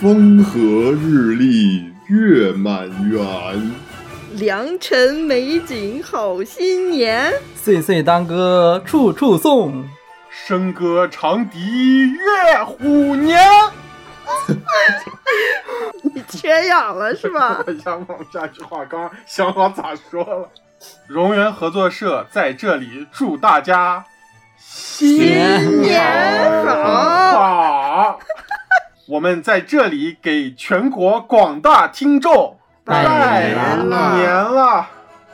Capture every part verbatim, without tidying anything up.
风和日丽月满圆， 良辰美景好新年， 岁岁当歌处处颂， 笙歌长笛乐虎年。 你缺氧了是吧？ 我想往下句话刚想好咋说了。荣源合作社在这里祝大家新年好。 好。我们在这里给全国广大听众拜年了。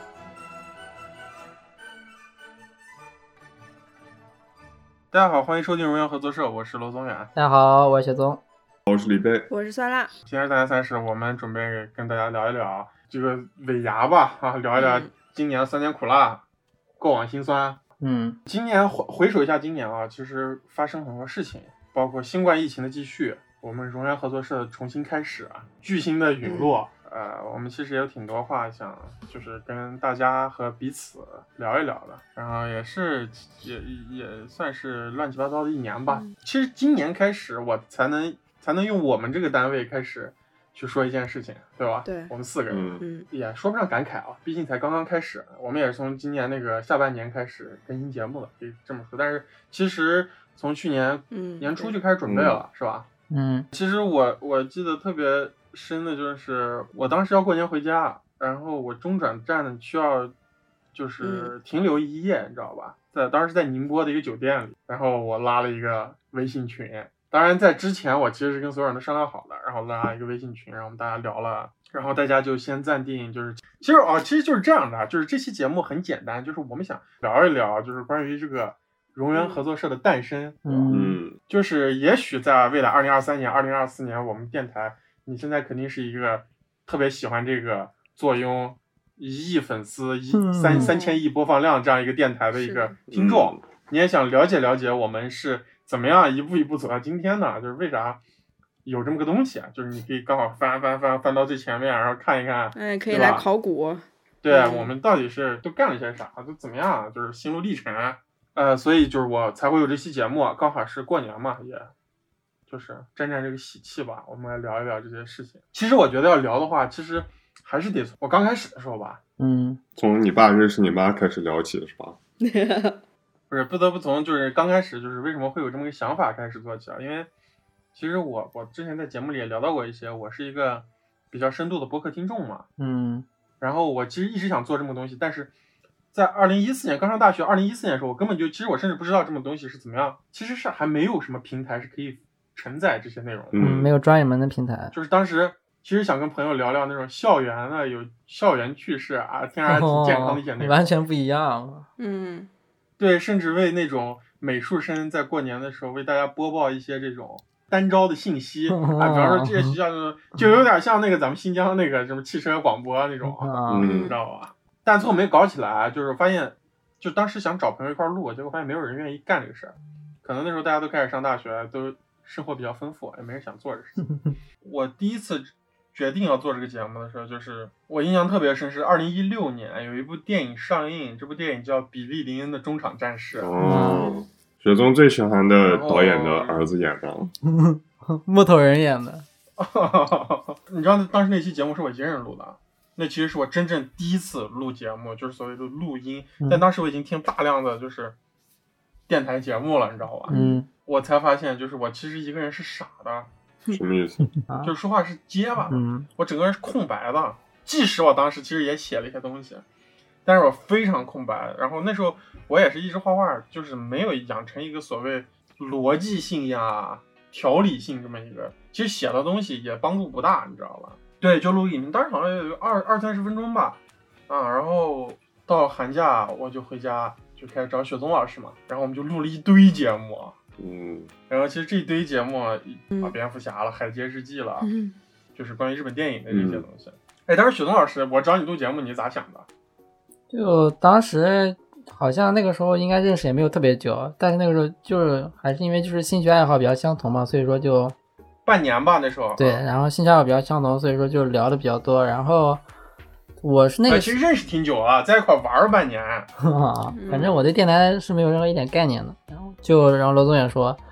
大家好，欢迎收听荣源合作社，我是罗宗远。 大家好，我是雪宗。 我是李贝， 我是酸辣。 今天是大年三十，我们准备跟大家聊一聊这个尾牙吧，啊，聊一聊今年三年苦辣，过往辛酸。 嗯， 今年回回首一下今年啊，其实发生很多事情，包括新冠疫情的继续，我们荣源合作社的重新开始，巨星的陨落。嗯、呃，我们其实也有挺多话想，就是跟大家和彼此聊一聊的。然后也是也也算是乱七八糟的一年吧。嗯、其实今年开始，我才能才能用我们这个单位开始去说一件事情，对吧？ 对， 我们四个人， 嗯， 也说不上感慨啊，毕竟才刚刚开始。我们也是从今年那个下半年开始更新节目的，可以这么说。但是其实从去年年初就开始准备了，嗯、是吧？ 嗯， 其实我我记得特别深的就是，我当时要过年回家，然后我中转站需要就是停留一夜，嗯、你知道吧？在当时在宁波的一个酒店里，然后我拉了一个微信群。当然在之前我其实是跟所有人都商量好的，然后拉一个微信群，然后我们大家聊了，然后大家就先暂定，就是其实啊、哦、其实就是这样的，就是这期节目很简单，就是我们想聊一聊就是关于这个荣源合作社的诞生。 嗯， 就是也许在未来二零二三年二零二四年，我们电台你现在肯定是一个特别喜欢这个坐拥一亿粉丝一三三千亿播放量这样一个电台的一个听众，你也想了解了解我们是怎么样一步一步走到今天呢？就是为啥有这么个东西啊？就是你可以刚好翻翻翻翻到最前面，然后看一看， 哎，可以来考古。 对、嗯、我们到底是都干了些啥，都怎么样？就是心路历程。呃，所以就是我才会有这期节目，刚好是过年嘛，也就是沾沾这个喜气吧。我们来聊一聊这些事情。其实我觉得要聊的话，其实还是得从我刚开始的时候吧， 嗯， 从你爸认识你妈开始聊起的是吧？ 不是，不得不从就是刚开始就是为什么会有这么个想法开始做起啊？因为其实我我之前在节目里也聊到过一些，我是一个比较深度的播客听众嘛， 嗯， 然后我其实一直想做这么个东西，但是在二零一四年刚上大学，二零一四年的时候，我根本就其实我甚至不知道这么东西是怎么样，其实是还没有什么平台是可以承载这些内容的， 嗯，没有专门的平台， 就是当时其实想跟朋友聊聊那种校园的有校园趣事啊，听着还挺健康的一些内容， 哦、完全不一样， 嗯。 对，甚至为那种美术生在过年的时候为大家播报一些这种单招的信息啊，比方说这些学校就就有点像那个咱们新疆那个什么汽车广播那种， 嗯， 你知道吧？但最后没搞起来，就是发现，就当时想找朋友一块录，结果发现没有人愿意干这个事儿。可能那时候大家都开始上大学，都生活比较丰富，也没人想做这事情。我第一次决定要做这个节目的时候，就是我印象特别深，是二零一六年有一部电影上映，这部电影叫《比利林恩的中场战士》。 哦，雪宗最喜欢的导演的儿子演的， 木头人演的。 你知道当时那期节目是我一个人录的，那其实是我真正第一次录节目，就是所谓的录音。但当时我已经听大量的就是电台节目了，你知道吧？ 嗯， 我才发现就是我其实一个人是傻的。 什么意思？ 就是说话是结巴的， 嗯， 我整个人是空白的。即使我当时其实也写了一些东西，但是我非常空白。然后那时候我也是一直画画，就是没有养成一个所谓逻辑性呀、条理性这么一个。其实写的东西也帮助不大，你知道吧？对，就录音，当时好像有二二三十分钟吧，啊，然后到寒假我就回家就开始找雪宗老师嘛，然后我们就录了一堆节目。 嗯， 然后其实这一堆节目啊，蝙蝠侠了、海街日记了， 嗯， 就是关于日本电影的这些东西。哎、嗯，当时雪宗老师，我找你录节目，你咋想的？ 就当时好像那个时候应该认识也没有特别久，但是那个时候就是还是因为就是兴趣爱好比较相同嘛，所以说就半年吧那时候。 对，然后兴趣爱好比较相同，所以说就聊的比较多。然后我是那个、 呃、其实认识挺久了，在一块玩了半年。 反正我对电台是没有任何一点概念的。然后就然后罗总也说，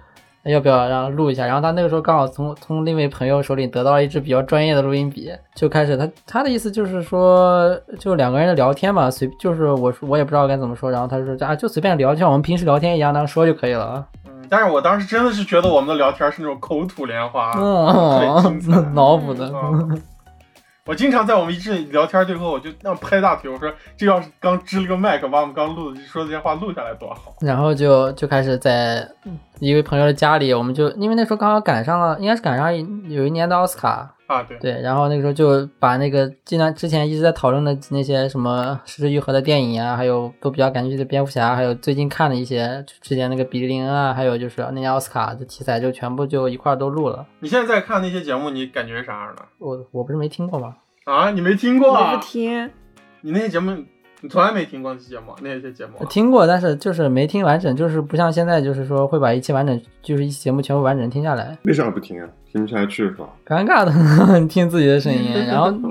要不要让录一下，然后他那个时候刚好从从另一位朋友手里得到了一支比较专业的录音笔，就开始他他的意思就是说就两个人的聊天嘛，随就是我我也不知道该怎么说，然后他就说啊就随便聊，就像我们平时聊天一样那样说就可以了。 嗯，但是我当时真的是觉得我们的聊天是那种口吐莲花， 嗯， 特别精彩脑补的。 嗯我经常在我们一致聊天最后，我就那样拍大腿，我说这要是刚支了个麦克，把我们刚录的说这些话录下来多好。 然后就就开始在一位朋友的家里，我们就因为那时候刚好赶上了，应该是赶上有一年的奥斯卡啊，对对，然后那个时候就把那个尽量之前一直在讨论的那些什么失之愈合的电影啊，还有都比较感兴趣的蝙蝠侠，还有最近看的一些之前那个比利林恩啊，还有就是那些奥斯卡的题材，就全部就一块都录了。 你现在在看那些节目，你感觉是啥样的？ 我我不是没听过吗？ 啊，你没听过啊？ 你不听？ 你那些节目，你从来没听过那些节目，那些节目、啊、 听过，但是就是没听完整，就是不像现在，就是说会把一期完整，就是一期节目全部完整听下来。 为啥不听啊？听不下去是吧？ 尴尬的，听自己的声音，然后。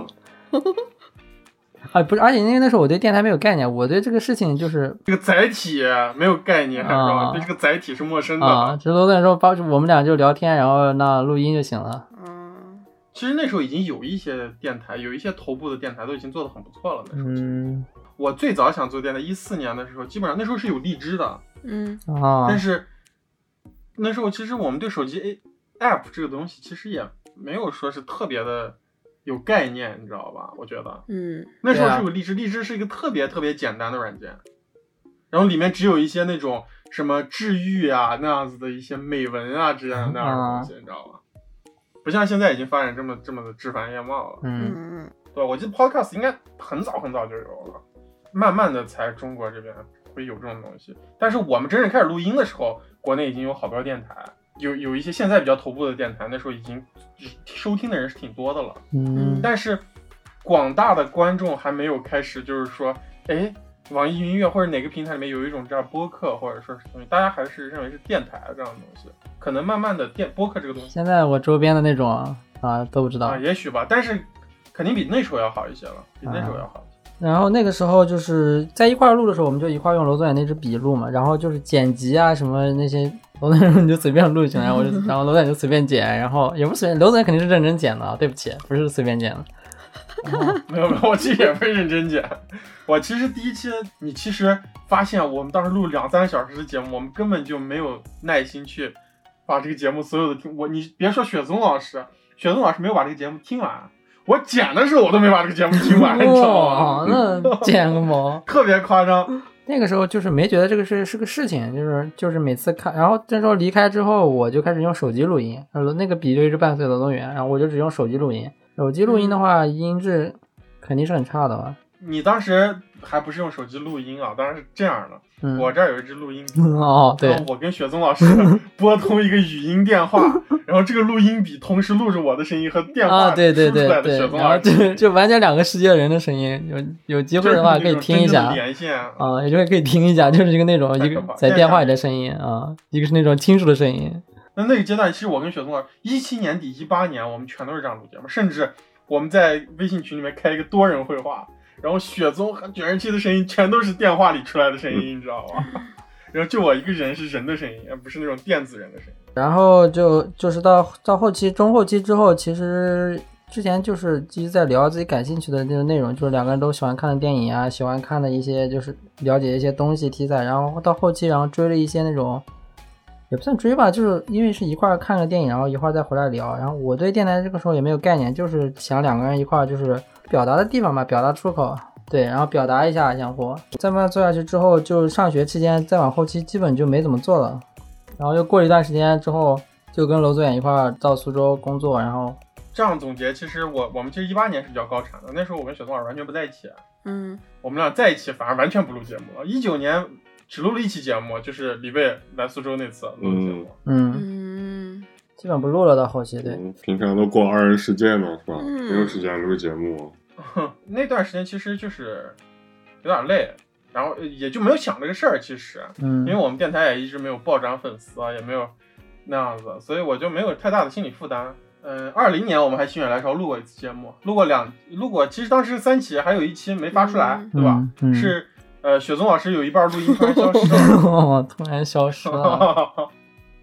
啊，不是，而且因为那时候我对电台没有概念，我对这个事情就是这个载体没有概念，还知道吗？对这个载体是陌生的。 啊，只都在说，包我们俩就聊天，然后那录音就行了。 嗯， 其实那时候已经有一些电台，有一些头部的电台都已经做得很不错了。那时候， 嗯， 我最早想做电台，一四年的时候，基本上那时候是有荔枝的， 嗯啊， 但是那时候其实我们对手机 app 这个东西其实也没有说是特别的。有概念，你知道吧？我觉得， 嗯， 那时候是有荔枝，荔枝是一个特别特别简单的软件，然后里面只有一些那种什么治愈啊那样子的一些美文啊这样那样的东西，你知道吧？不像现在已经发展这么这么的枝繁叶茂了。 嗯嗯， 对，我记得 podcast 应该很早很早就有了，慢慢的才中国这边会有这种东西。但是我们真正开始录音的时候，国内已经有好多电台。有有一些现在比较头部的电台，那时候已经收听的人是挺多的了， 嗯， 但是广大的观众还没有开始，就是说，哎，网易云音乐或者哪个平台里面有一种这样播客，或者说是东西，大家还是认为是电台这样的东西，可能慢慢的电播客这个东西， 现在我周边的那种啊都不知道啊，也许吧，但是肯定比那时候要好一些了，比那时候要好一些。啊然后那个时候就是在一块录的时候，我们就一块用娄宗远那支笔录嘛，然后就是剪辑啊什么那些，娄宗远你就随便录就行，然后我就然后娄宗远就随便剪，然后也不随便，娄宗远肯定是认真剪的，对不起，不是随便剪的。 没有没有，我其实也不是认真剪。我其实第一期你其实发现我们当时录两三个小时的节目，我们根本就没有耐心去把这个节目所有的听我你别说雪松老师，雪松老师没有把这个节目听完。我剪的时候我都没把这个节目听完，你知道吗？ 那剪个毛， 特别夸张。 那个时候就是没觉得这个是是个事情，就是就是每次看，然后这时候离开之后，我就开始用手机录音，那个笔就一直伴随娄宗远，然后我就只用手机录音。手机录音的话，音质肯定是很差的吧？ 你当时还不是用手机录音啊？当时是这样的。 嗯、 我这儿有一支录音笔哦，对， 我跟雪松老师拨通一个语音电话，然后这个录音笔同时录着我的声音和电话输出来的雪松老师， 啊、对对对对，就完全两个世界人的声音。有有机会的话可以听一下， 连线啊，有机会可以听一下，就是一个那种一个在电话里的声音啊，一个是那种亲属的声音。 那那个阶段，其实我跟雪松老师一七年底、一八年，我们全都是这样录节目，甚至我们在微信群里面开一个多人会话，然后雪宗和卷人气的声音全都是电话里出来的声音，你知道吧？然后就我一个人是人的声音，而不是那种电子人的声音。 然后就就是到到后期中后期之后，其实之前就是一直在聊自己感兴趣的那个内容，就是两个人都喜欢看的电影啊，喜欢看的一些就是了解一些东西题材，然后到后期然后追了一些那种也不算追吧，就是因为是一块看个电影，然后一块再回来聊。然后我对电台这个时候也没有概念，就是想两个人一块就是表达的地方吧，表达出口。对，然后表达一下相互，再慢慢做下去之后，就上学期间再往后期基本就没怎么做了，然后又过了一段时间之后，就跟娄宗远一块到苏州工作，然后这样总结，其实我我们其实一八年是比较高产的，那时候我跟雪松老师完全不在一起， 嗯， 我们俩在一起反而完全不录节目了。一九年只录了一期节目，就是李贝来苏州那次录的节目， 嗯嗯， 基本不录了到后期，对， 嗯、平常都过二人世界呢，是吧？ 嗯、 没有时间录节目。 那段时间其实就是有点累，然后也就没有想这个事儿。其实， 嗯， 因为我们电台也一直没有暴涨粉丝啊，也没有那样子，所以我就没有太大的心理负担。嗯，二零年我们还心血来潮录过一次节目，录过两，录过，其实当时三期，还有一期没发出来， 嗯、 对吧？ 嗯、 是呃，雪松老师有一半录音突然消失了， 哦，突然消失了。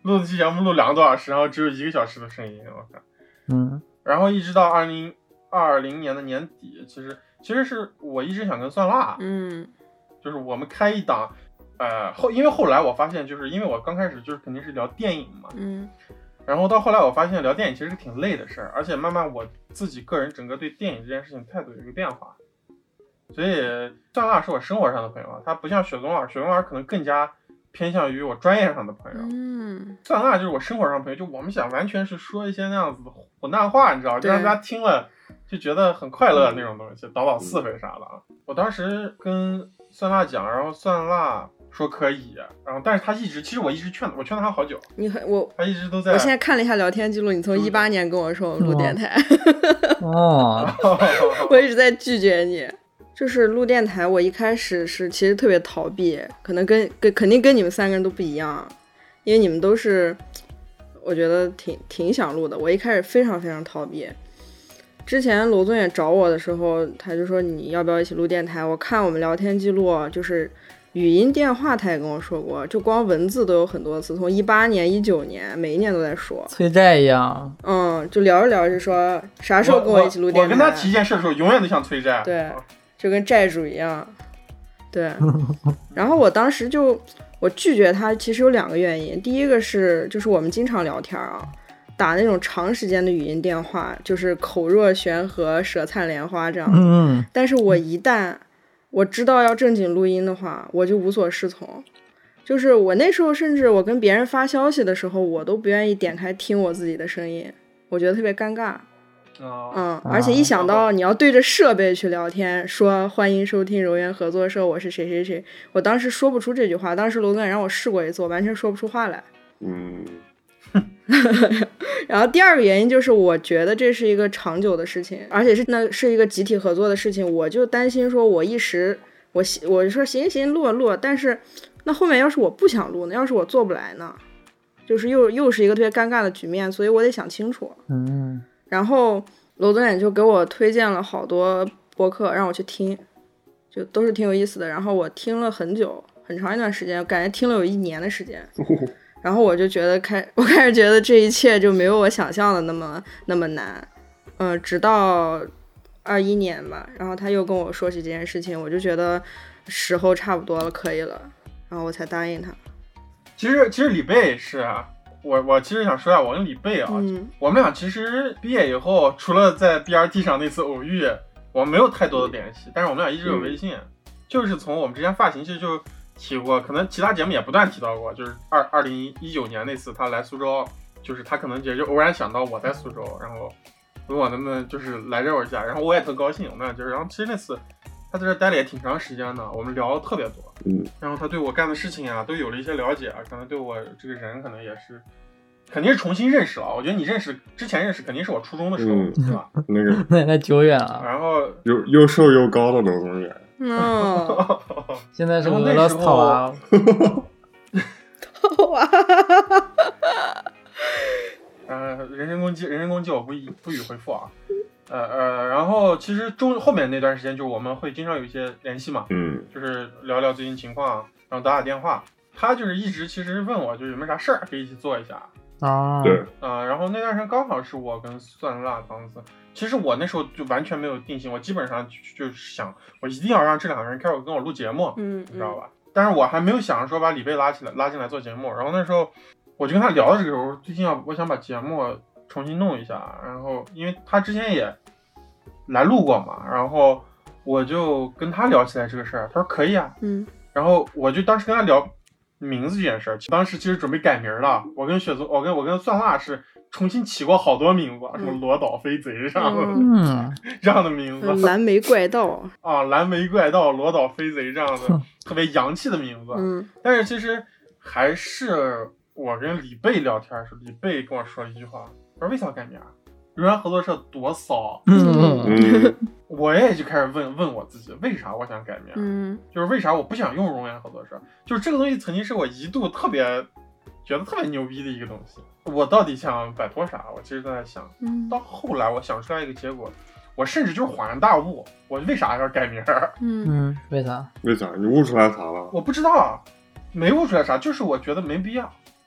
录的期节目录两个多小时，然后只有一个小时的声音，我看。 嗯， 然后一直到二零二零年的年底，其实其实是我一直想跟酸辣， 嗯， 就是我们开一档，呃后因为后来我发现，就是因为我刚开始就是肯定是聊电影嘛， 嗯， 然后到后来我发现聊电影其实是挺累的事儿，而且慢慢我自己个人整个对电影这件事情态度有一个变化，所以酸辣是我生活上的朋友，他不像雪宗老师，雪宗老师可能更加偏向于我专业上的朋友， 嗯， 酸辣就是我生活上的朋友，就我们想完全是说一些那样子的混蛋话，你知道，就让大家听了就觉得很快乐那种东西，倒倒是非啥的啊。我当时跟酸辣讲，然后酸辣说可以，然后但是他一直，其实我一直劝我劝他好久， 你很我他一直都在。 我现在看了一下聊天记录，你从一八年跟我说我们录电台， 哦， 我一直在拒绝你。就是录电台，我一开始是其实特别逃避，可能跟跟肯定跟你们三个人都不一样，因为你们都是我觉得挺挺想录的。我一开始非常非常逃避。之前罗总也找我的时候，他就说你要不要一起录电台？我看我们聊天记录，就是语音电话，他也跟我说过，就光文字都有很多次，从一八年、一九年，每一年都在说， 催债一样。 嗯，就聊着聊着说啥时候跟我一起录电台。 我, 我跟他提一件事的时候，永远都想催债。 对。就跟债主一样，对。然后我当时就我拒绝他，其实有两个原因。第一个是就是我们经常聊天啊，打那种长时间的语音电话，就是口若悬河、舌灿莲花这样子。 嗯。 但是我一旦我知道要正经录音的话，我就无所适从。就是我那时候甚至我跟别人发消息的时候，我都不愿意点开听我自己的声音，我觉得特别尴尬。嗯，而且一想到你要对着设备去聊天，说欢迎收听柔源合作社，我是谁谁谁，我当时说不出这句话。当时罗总也让我试过一次，我完全说不出话来。 嗯。 然后第二个原因就是，我觉得这是一个长久的事情，而且是那是一个集体合作的事情，我就担心说，我一时我我说行行录录，但是那后面要是我不想录呢，要是我做不来呢，就是又又是一个特别尴尬的局面，所以我得想清楚。 嗯。 然后罗总也就给我推荐了好多播客让我去听，就都是挺有意思的。然后我听了很久很长一段时间，感觉听了有一年的时间。然后我就觉得开我开始觉得这一切就没有我想象的那么那么难。嗯，直到二一年吧，然后他又跟我说起这件事情，我就觉得时候差不多了，可以了，然后我才答应他。 其实其实李贝是啊。我我其实想说一下，我跟李贝啊、嗯，我们俩其实毕业以后，除了在 B R T 上那次偶遇，我们没有太多的联系，但是我们俩一直有微信，嗯、就是从我们之前发行其实就提过，可能其他节目也不断提到过，就是二二零一九年那次他来苏州，就是他可能也就偶然想到我在苏州，然后问我能不能就是来这儿一下，然后我也特高兴，我们俩就是，然后其实那次他在这待了也挺长时间的，我们聊了特别多， 嗯， 然后他对我干的事情啊都有了一些了解啊，可能对我这个人可能也是肯定是重新认识了。我觉得你认识之前认识肯定是我初中的时候， 嗯、 是吧？ 那个那那久远了。 然后又又瘦又高的罗宗远， 嗯， 现在是俄罗斯套娃。 套娃。 呃，人身攻击，人身攻击，我不不予回复啊。呃呃，然后其实中后面那段时间，就是我们会经常有一些联系嘛， 嗯， 就是聊聊最近情况，然后打打电话。他就是一直其实问我，就是有没有啥事儿可以一起做一下啊。 对啊、呃，然后那段时间刚好是我跟蒜辣当时，其实我那时候就完全没有定性，我基本上就就是想，我一定要让这两个人开始跟我录节目， 嗯， 你知道吧？但是我还没有想说把李贝拉起来拉进来做节目。然后那时候我就跟他聊的这个时候，最近要我想把节目重新弄一下，然后因为他之前也来录过嘛，然后我就跟他聊起来这个事儿，他说可以啊， 嗯， 然后我就当时跟他聊名字这件事儿，当时其实准备改名了，我跟雪宗，我跟我跟蒜辣是重新起过好多名字，什么罗岛飞贼这样的， 嗯， 这样的名字， 蓝莓怪盗啊，蓝莓怪盗、罗岛飞贼这样的特别洋气的名字， 嗯，但是其实还是我跟李贝聊天的时候，李贝跟我说了一句话，我说为啥要改名？柔源合作社多骚， 嗯， 我也就开始问问我自己，为啥我想改名？ 嗯， 就是为啥我不想用柔源合作社？就是这个东西曾经是我一度特别觉得特别牛逼的一个东西，我到底想摆脱啥？我其实都在想， 嗯， 到后来我想出来一个结果，我甚至就是恍然大悟，我为啥要改名？ 嗯嗯，为啥？ 为啥？你悟出来啥了？ 我不知道，没悟出来啥，就是我觉得没必要。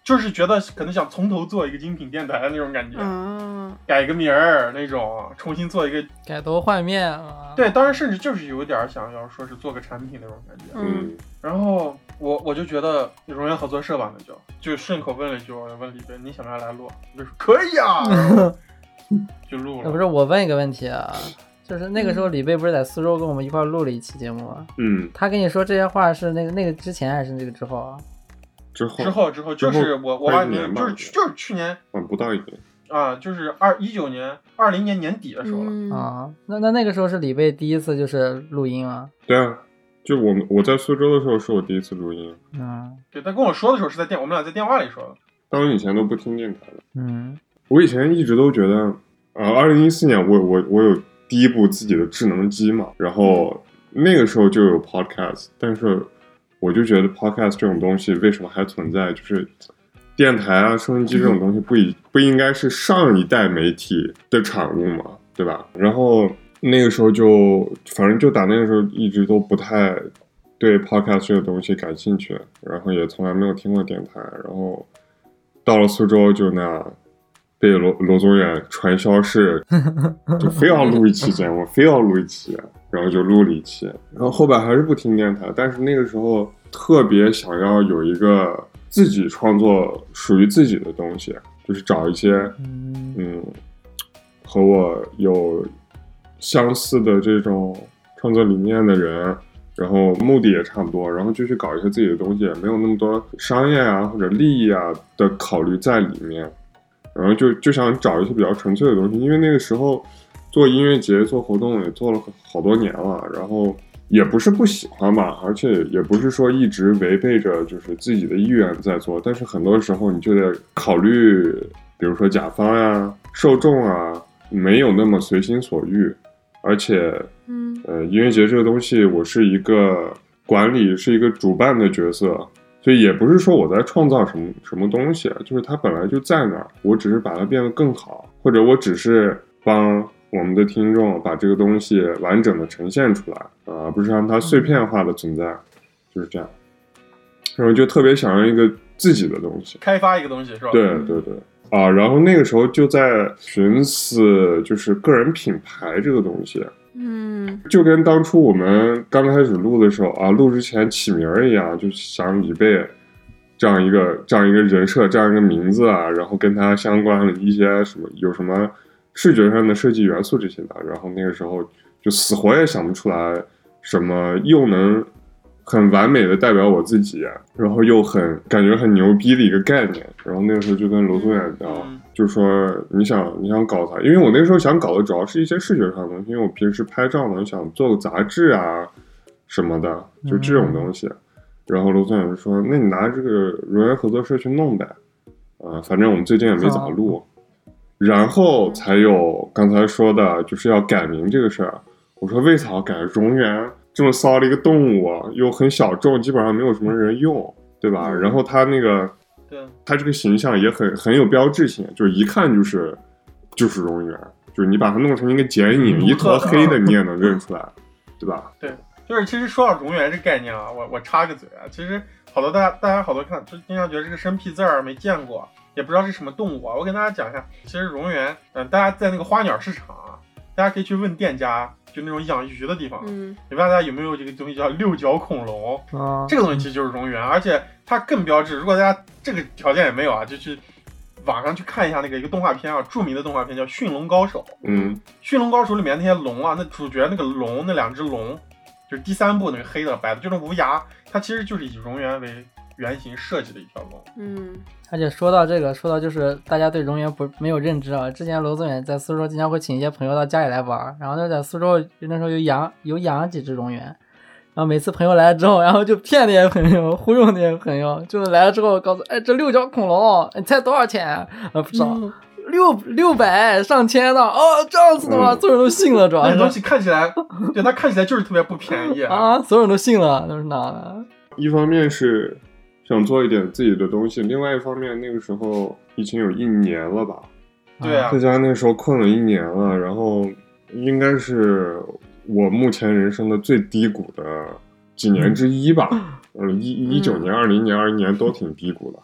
就是觉得可能想从头做一个精品电台的那种感觉， 啊， 改个名儿那种，重新做一个改头换面啊。 对，当然甚至就是有点想要说是做个产品那种感觉。 嗯， 然后我我就觉得荣源合作社吧，那就就顺口问了一句，我问李贝你想不想来录？我就说可以啊，就录了。 不是，我问一个问题啊，就是那个时候李贝不是在苏州跟我们一块录了一期节目吗？ 嗯， 他跟你说这些话是那个那个之前还是那个之后啊？ 之后之后之后就是我我把你就是就是去年啊不到一年啊，就是二一九年二零年年底的时候了、 嗯、 啊。那那那个时候是李贝第一次就是录音啊？ 对啊，就我们我在苏州的时候是我第一次录音。 嗯， 对，他跟我说的时候是在电，我们俩在电话里说的。 当然以前都不听电台的。 嗯， 我以前一直都觉得，呃，二零一四年我我我有第一部自己的智能机嘛，然后那个时候就有 podcast， 但是我就觉得 podcast 这种东西为什么还存在？就是电台啊、收音机这种东西不以不应该是上一代媒体的产物嘛，对吧？然后那个时候就反正就打那个时候一直都不太对 podcast 这个东西感兴趣，然后也从来没有听过电台，然后到了苏州就那样被罗罗宗远传销式就非要录一期节目，非要录一期，然后就录了一期，然后后边还是不听电台，但是那个时候特别想要有一个自己创作属于自己的东西，就是找一些嗯和我有相似的这种创作理念的人，然后目的也差不多，然后就去搞一些自己的东西，也没有那么多商业啊或者利益啊的考虑在里面，然后就就想找一些比较纯粹的东西，因为那个时候做音乐节做活动也做了好多年了，然后也不是不喜欢吧，而且也不是说一直违背着就是自己的意愿在做，但是很多时候你就得考虑，比如说甲方呀、受众啊，没有那么随心所欲，而且， 嗯， 呃，音乐节这个东西，我是一个管理，是一个主办的角色，所以也不是说我在创造什么什么东西，就是它本来就在那儿，我只是把它变得更好，或者我只是帮我们的听众把这个东西完整的呈现出来啊，而不是让它碎片化的存在，就是这样。然后就特别想要一个自己的东西， 开发一个东西是吧？ 对对对啊，然后那个时候就在寻思，就是个人品牌这个东西， 嗯， 就跟当初我们刚开始录的时候啊，录之前起名一样，就想李贝这样一个这样一个人设，这样一个名字啊，然后跟他相关的一些什么有什么视觉上的设计元素这些的，然后那个时候就死活也想不出来什么又能很完美的代表我自己，然后又很感觉很牛逼的一个概念，然后那个时候就跟罗宗远聊， 嗯、 就说你想你想搞它，因为我那个时候想搞的主要是一些视觉上的东西，因为我平时拍照呢想做个杂志啊什么的，就这种东西。嗯、然后罗宗远就说，那你拿这个荣源合作社去弄呗，啊、呃，反正我们最近也没咋录。然后才有刚才说的就是要改名这个事儿，我说为啥要改荣源？这么骚的一个动物又很小众，基本上没有什么人用，对吧？然后它那个， 对， 它这个形象也很很有标志性，就是一看就是就是荣源，就是你把它弄成一个剪影，一坨黑的你也能认出来，对吧？ 对，就是其实说到荣源这概念啊，我我插个嘴啊，其实好多大家大家好多看就经常觉得这个生僻字儿没见过，也不知道是什么动物啊。我跟大家讲一下，其实荣源，嗯、呃，大家在那个花鸟市场啊，大家可以去问店家。就那种养鱼的地方，嗯，你问大家有没有这个东西叫六角恐龙？啊，这个东西其实就是荣源，而且它更标志。如果大家这个条件也没有啊，就去网上去看一下那个一个动画片啊，著名的动画片叫《驯龙高手》。嗯，《驯龙高手》里面那些龙啊，那主角那个龙，那两只龙，就是第三部那个黑的白的，就那无牙，它其实就是以荣源为原型设计的一条龙。 嗯。 而且说到这个，说到就是大家对荣源不没有认知啊。之前罗宗远在苏州经常会请一些朋友到家里来玩，然后就在苏州那时候有养有养几只荣源，然后每次朋友来了之后，然后就骗那些朋友，忽悠那些朋友，就来了之后告诉，哎，这六角恐龙，你猜多少钱？啊，不知道。嗯六六百上千的哦，这样子的吗？嗯、所有人都信了，主要是那东西看起来，对它看起来就是特别不便宜啊， 啊所有人都信了，都是哪的？ 一方面是想做一点自己的东西，另外一方面那个时候已经有一年了吧？ 对啊， 在家那时候困了一年了，然后应该是我目前人生的最低谷的几年之一吧。嗯，一一九年、二零年、二一年都挺低谷的。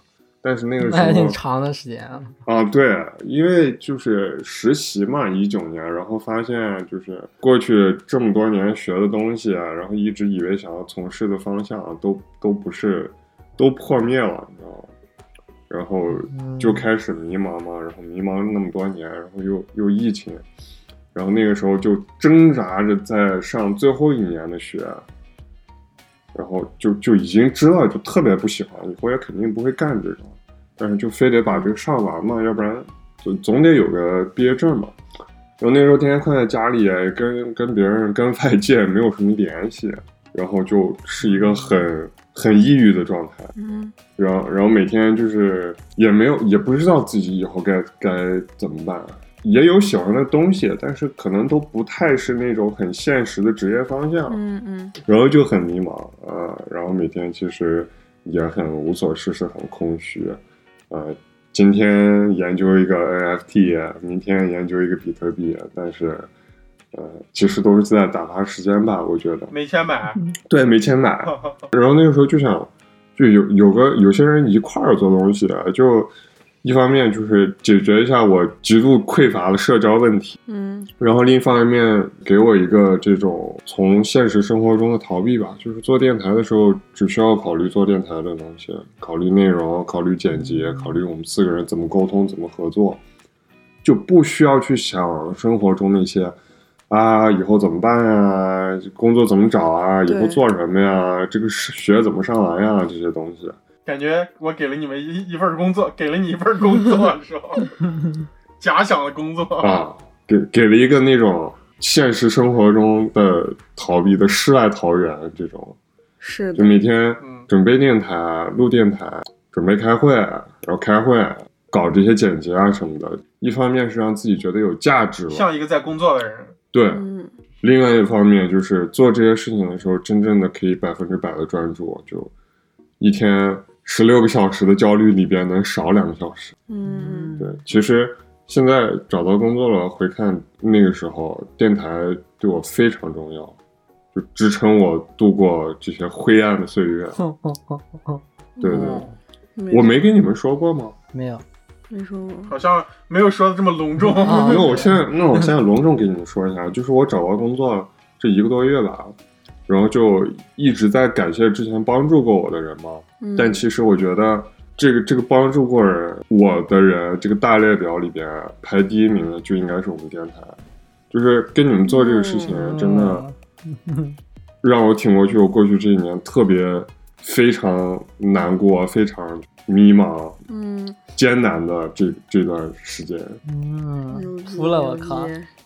但是那个时那还挺候长的时间啊。 啊，对，因为就是实习嘛，一九年，然后发现就是过去这么多年学的东西啊，然后一直以为想要从事的方向啊，都都不是，都破灭了，你知道吗？然后就开始迷茫嘛，然后迷茫那么多年，然后又又疫情，然后那个时候就挣扎着在上最后一年的学，然后就就已经知道就特别不喜欢，以后也肯定不会干这种，但是就非得把这个上完嘛，要不然就总得有个毕业证嘛。然后那时候天天困在家里，跟跟别人跟外界没有什么联系，然后就是一个很很抑郁的状态。 嗯， 然后然后每天就是也没有也不知道自己以后该该怎么办。也有喜欢的东西，但是可能都不太是那种很现实的职业方向， 嗯嗯， 然后就很迷茫啊、呃，然后每天其实也很无所事事，很空虚，呃，今天研究一个 N F T， 明天研究一个比特币，但是呃，其实都是在打发时间吧，我觉得。 没钱买， 对，没钱买。然后那个时候就想，就有有个有些人一块儿做东西，就。一方面就是解决一下我极度匮乏的社交问题， 嗯， 然后另一方面给我一个这种从现实生活中的逃避吧，就是做电台的时候只需要考虑做电台的东西，考虑内容，考虑剪辑，考虑我们四个人怎么沟通，怎么合作，就不需要去想生活中那些啊以后怎么办呀，工作怎么找啊，以后做什么呀，这个学怎么上来呀，这些东西。 感觉我给了你们一一份工作，给了你一份工作是吧？假想的工作啊，给给了一个那种现实生活中的逃避的世外桃源，这种是的， 就每天准备电台、录电台，准备开会，然后开会搞这些剪辑啊什么的。一方面是让自己觉得有价值了， 像一个在工作的人。 对， 嗯， 另外一方面就是做这些事情的时候，真正的可以百分之百的专注，就一天。十六个小时的焦虑里边能少两个小时。 嗯， 对，其实现在找到工作了，回看那个时候，电台对我非常重要，就支撑我度过这些灰暗的岁月。对对， 嗯、 我没跟你们说过吗？ 没有， 没说过， 好像没有说的这么隆重。 啊、那我现在，那我现在隆重给你们说一下，就是我找到工作这一个多月吧。然后就一直在感谢之前帮助过我的人嘛，嗯、但其实我觉得这个这个帮助过人我的人这个大列表里边排第一名的就应该是我们电台，就是跟你们做这个事情真的让我挺过去我过去这一年特别非常难过、非常迷茫、 嗯艰难的这这段时间。 嗯，服了我靠！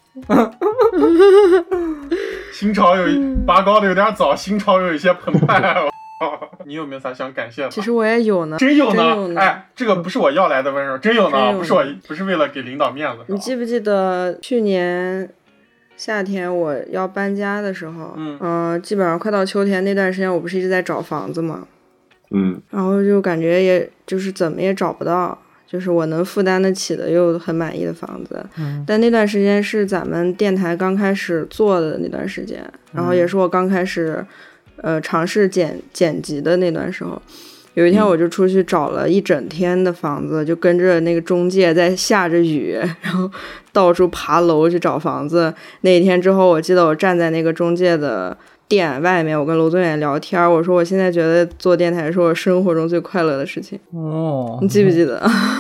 心潮有拔高的有点早，心潮有一些澎湃。你有没有啥想感谢的？ 其实我也有呢， 真有呢！ 有呢哎，这个不是我要来的温柔，真有呢，不是我，不是为了给领导面子。 你记不记得去年夏天我要搬家的时候，嗯、呃，基本上快到秋天那段时间，我不是一直在找房子吗？ 嗯， 然后就感觉也就是怎么也找不到。就是我能负担得起的又很满意的房子，嗯、但那段时间是咱们电台刚开始做的那段时间，然后也是我刚开始呃尝试剪剪辑的那段时候。有一天我就出去找了一整天的房子，就跟着那个中介在下着雨，然后到处爬楼去找房子。那一天之后，我记得我站在那个中介的店外面，我跟娄宗远聊天，我说我现在觉得做电台是我生活中最快乐的事情。 哦， 你记不记得？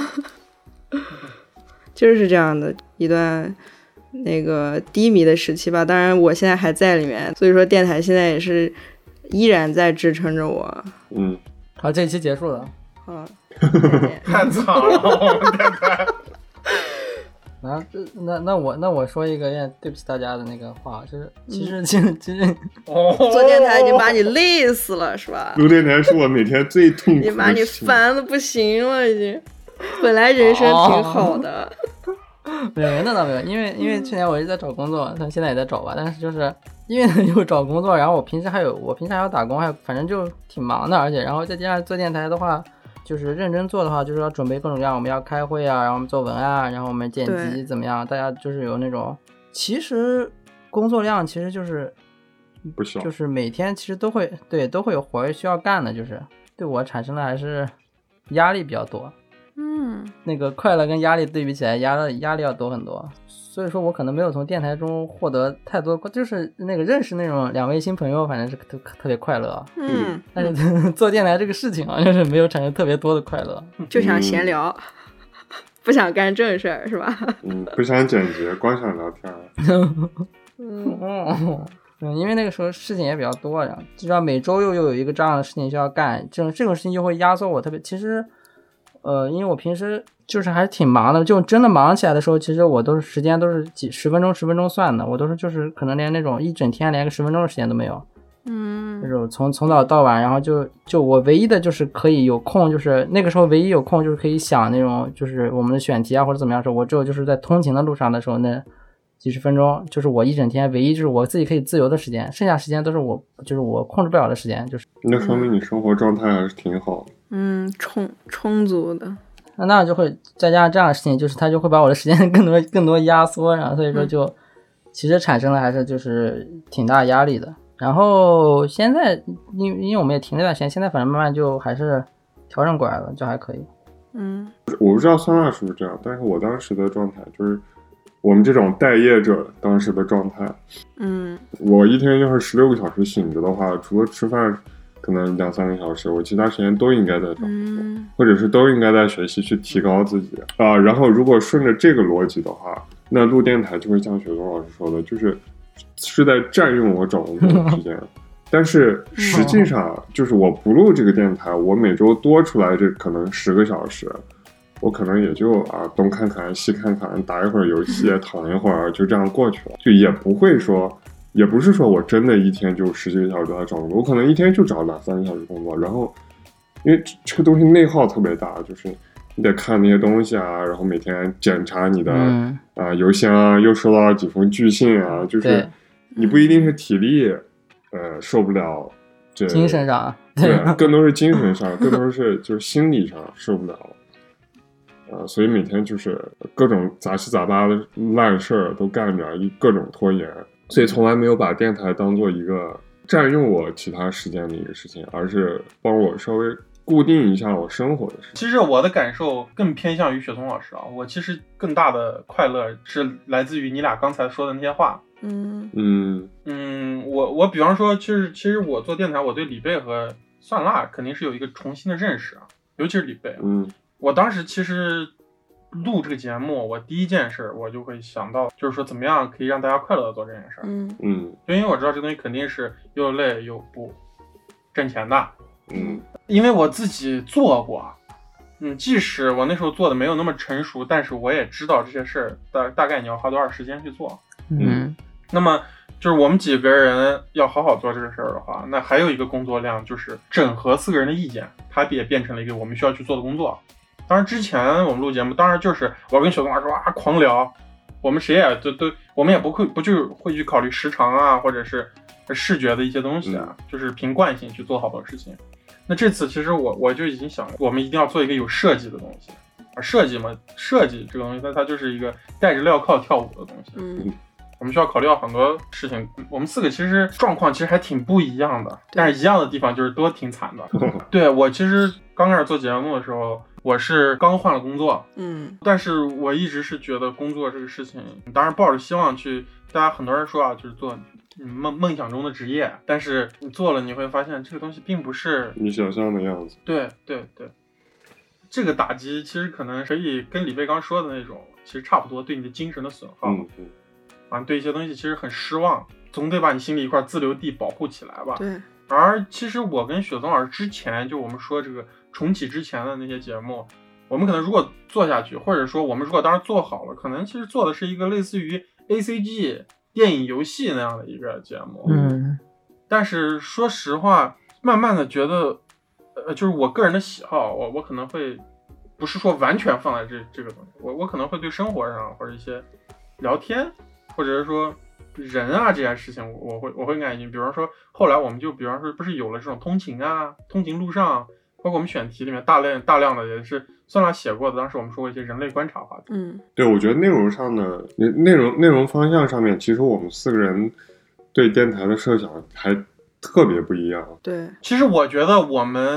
就是这样的一段那个低迷的时期吧。当然我现在还在里面，所以说电台现在也是依然在支撑着我。 嗯， 好，这一期结束了。 好， 太惨了，我们电台。 啊，那那我那我说一个对不起大家的那个话，就是其实其实其实， 做电台已经把你累死了，是吧？ 录电台是我每天最痛苦的事情， 已经把你烦的不行了，已经。本来人生挺好的。 哦、没有，那倒没有，因为因为去年我一直在找工作，但现在也在找吧，但是就是因为又找工作，然后我平时还有我平时还要打工，还有反正就挺忙的，而且然后再加上做电台的话。就是认真做的话，就是要准备各种各样，我们要开会啊，然后我们做文案，然后我们剪辑怎么样？大家就是有那种，其实工作量其实就是不小， 就是每天其实都会对都会有活需要干的，就是对我产生的还是压力比较多。 嗯， 那个快乐跟压力对比起来，压力压力要多很多。所以说我可能没有从电台中获得太多，就是那个认识那种两位新朋友，反正是特特别快乐。 嗯， 但是做电台这个事情啊，就是没有产生特别多的快乐， 就想闲聊，嗯、不想干正事儿，是吧？ 嗯，不想剪辑，光想聊天。 嗯嗯，因为那个时候事情也比较多，然后就知道每周又又有一个这样的事情需要干，这种这种事情就会压缩我特别。其实，呃，因为我平时就是还是挺忙的，就真的忙起来的时候，其实我都是时间都是几十分钟十分钟算的，我都是就是可能连那种一整天连个十分钟的时间都没有。 嗯， 这种从从早到晚，然后就就我唯一的就是可以有空，就是那个时候唯一有空就是可以想那种就是我们的选题啊或者怎么样的时候，我只有就是在通勤的路上的时候那几十分钟，就是我一整天唯一就是我自己可以自由的时间，剩下时间都是我就是我控制不了的时间，就是那说明你生活状态还是挺好的。 嗯，充充足的。 那那就会再加上这样的事情，就是它就会把我的时间更多更多压缩，然后所以说就、嗯、其实产生了还是就是挺大压力的。然后现在因为因为我们也停了一段时间，现在反正慢慢就还是调整过来了，就还可以。 嗯， 我不知道酸辣是不是这样，但是我当时的状态就是我们这种待业者当时的状态， 嗯， 我一天要是十六个小时醒着的话，除了吃饭可能两三个小时，我其他时间都应该在找工作、嗯、或者是都应该在学习去提高自己啊、呃。然后如果顺着这个逻辑的话，那录电台就会像雪松老师说的，就是是在占用我找工作的时间。但是实际上就是我不录这个电台，我每周多出来这可能十个小时，我可能也就啊东看看西看看，打一会儿游戏，躺一会儿，就这样过去了，就也不会说。也不是说我真的一天就十几个小时都在找工作，我可能一天就找两三个小时工作，然后因为这个东西内耗特别大，就是你得看那些东西啊，然后每天检查你的啊、 嗯呃、邮箱啊，又收到了几封拒信啊，就是你不一定是体力呃受不了，这精神上对，更多是精神上，更多是就是心理上受不了了。呃，所以每天就是各种杂七杂八的烂事儿都干着，各种拖延。所以从来没有把电台当做一个占用我其他时间的一个事情，而是帮我稍微固定一下我生活的事情。 其实我的感受更偏向于雪松老师啊，我其实更大的快乐是来自于你俩刚才说的那些话。 嗯嗯嗯，我我比方说，其实其实我做电台，我对李贝和蒜辣肯定是有一个重新的认识啊，尤其是李贝。 嗯， 我当时其实录这个节目，我第一件事我就会想到，就是说怎么样可以让大家快乐的做这件事。 嗯嗯， 因为我知道这东西肯定是又累又不挣钱的。 嗯， 因为我自己做过，嗯，即使我那时候做的没有那么成熟，但是我也知道这些事儿大大概你要花多少时间去做。 嗯， 那么就是我们几个人要好好做这个事儿的话，那还有一个工作量就是整合四个人的意见，它也变成了一个我们需要去做的工作。当然之前我们录节目，当然就是我跟雪松老师啊狂聊，我们谁也都都我们也不会不就是会去考虑时长啊，或者是视觉的一些东西啊，就是凭惯性去做好多事情。那这次其实我我就已经想，我们一定要做一个有设计的东西。而设计嘛，设计这个东西，它它就是一个带着镣铐跳舞的东西。 嗯， 我们需要考虑到很多事情。我们四个其实状况其实还挺不一样的，但是一样的地方就是都挺惨的。对，我其实刚开始做节目的时候，我是刚换了工作， 嗯， 但是我一直是觉得工作这个事情，当然抱着希望去，大家很多人说啊，就是做梦梦想中的职业，但是你做了，你会发现这个东西并不是你想象的样子。 对对对，这个打击其实可能可以跟李贝刚说的那种其实差不多，对你的精神的损耗。 嗯嗯， 啊，对一些东西其实很失望，总得把你心里一块自留地保护起来吧。 对。 而其实我跟雪松老师之前，就我们说这个重启之前的那些节目，我们可能如果做下去，或者说我们如果当时做好了，可能其实做的是一个类似于 A C G 电影游戏那样的一个节目。 嗯。 但是说实话，慢慢的觉得，呃，就是我个人的喜好，我我可能会不是说完全放在这这个东西，我我可能会对生活上或者一些聊天，或者是说人啊这件事情，我会我会感兴趣。比方说后来我们就比方说不是有了这种通勤啊，通勤路上，包括我们选题里面大量大量的也是算了写过的，当时我们说过一些人类观察话题。 嗯， 对，我觉得内容上的内容内容方向上面，其实我们四个人对电台的设想还特别不一样。 对， 其实我觉得我们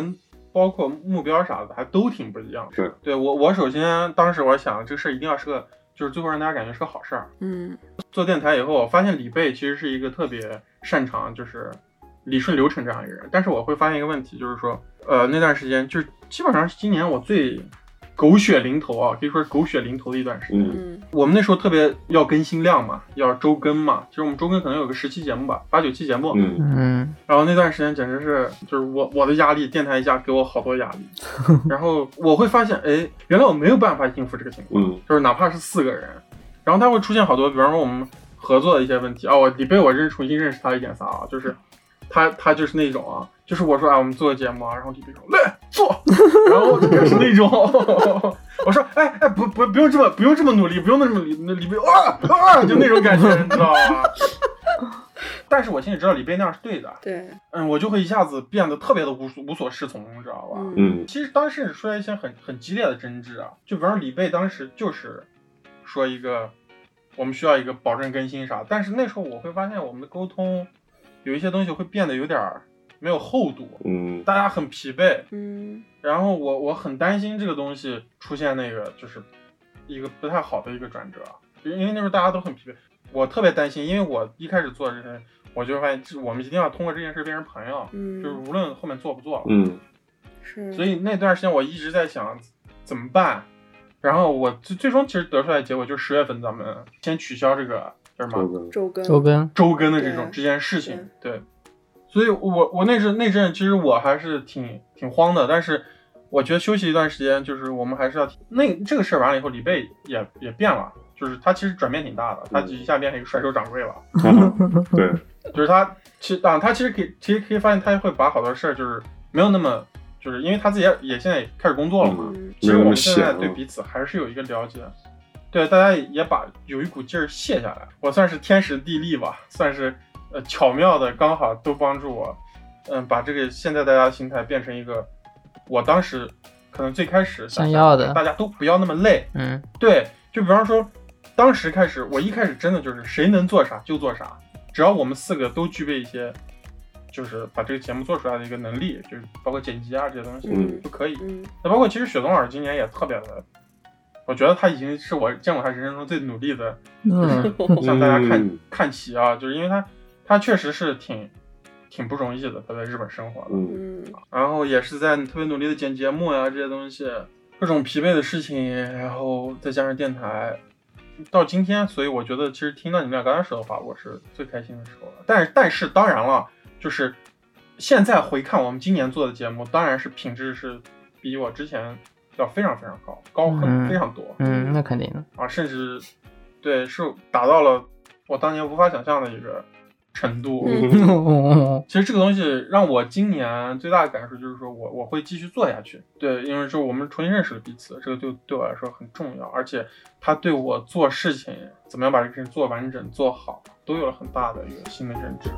包括目标啥的，还都挺不一样。 对， 对我我首先当时我想这个事儿一定要是个，就是最后让大家感觉是个好事儿。 嗯， 做电台以后，我发现李贝其实是一个特别擅长就是理顺流程这样一个人，但是我会发现一个问题，就是说，呃，那段时间就是基本上是今年我最狗血淋头啊，可以说是狗血淋头的一段时间。 嗯， 我们那时候特别要更新量嘛，要周更嘛，其实我们周更可能有个十期节目吧，八九期节目。 嗯嗯， 然后那段时间简直是，就是我我的压力，电台一下给我好多压力。然后我会发现，哎，原来我没有办法应付这个情况， 嗯就是哪怕是四个人，然后他会出现好多，比方说我们合作的一些问题啊。我李贝我认重新认识他一点啥啊，就是他他就是那种啊，就是我说啊我们做个节目啊，然后李贝说来做，然后就开始那种，我说哎哎不不不用这么不用这么努力，不用那么那李贝啊啊就那种感觉，你知道吧？但是我心里知道李贝那样是对的， 对， 嗯，我就会一下子变得特别的无所无所适从，你知道吧？ 嗯其实当时出来一些很很激烈的争执啊，就比方说李贝当时就是说一个我们需要一个保证更新啥，但是那时候我会发现我们的沟通有一些东西会变得有点没有厚度， 嗯大家很疲惫， 嗯然后我我很担心这个东西出现那个就是一个不太好的一个转折，因为那时候大家都很疲惫，我特别担心，因为我一开始做这些，我就发现我们一定要通过这件事变成朋友， 嗯， 就是无论后面做不做了， 嗯是， 所以那段时间我一直在想怎么办，然后我最最终其实得出来的结果就是十月份咱们先取消这个叫什么周更， 周更， 周更的这种对这件事情，对，所以我我那阵那阵其实我还是挺挺慌的，但是我觉得休息一段时间，就是我们还是要那这个事儿完了以后，李贝也也变了，就是他其实转变挺大的，他一下变成一个甩手掌柜了， 对， 就是他其实啊他其实可以其实可以发现他会把好多事儿就是没有那么就是因为他自己也也现在也开始工作了嘛， 嗯其实我们现在对彼此还是有一个了解。对，大家也把有一股劲儿卸下来，我算是天时地利吧，算是呃巧妙的，刚好都帮助我，嗯，把这个现在大家的心态变成一个，我当时可能最开始想要的， 大家都不要那么累， 嗯， 对，就比方说，当时开始，我一开始真的就是谁能做啥就做啥，只要我们四个都具备一些，就是把这个节目做出来的一个能力，就是包括剪辑啊这些东西嗯就可以。 嗯那包括其实雪松老师今年也特别的。我觉得他已经是我见过他人生中最努力的， 嗯， 向大家看、 嗯看齐啊，就是因为他他确实是挺挺不容易的，他在日本生活的， 嗯嗯然后也是在特别努力的剪节目呀、这些东西，各种疲惫的事情，然后再加上电台，到今天，所以我觉得其实听到你们俩刚才说的话，我是最开心的时候了。但是但是当然了，就是现在回看我们今年做的节目，当然是品质是比我之前要非常非常高，高很嗯非常多。 嗯，那肯定的。 啊，甚至对是达到了我当年无法想象的一个程度。 嗯其实这个东西让我今年最大的感受就是说我我会继续做下去。对，因为说我们重新认识了彼此，这个对对我来说很重要，而且他对我做事情怎么样把这个事情做完整做好，都有了很大的一个新的认知。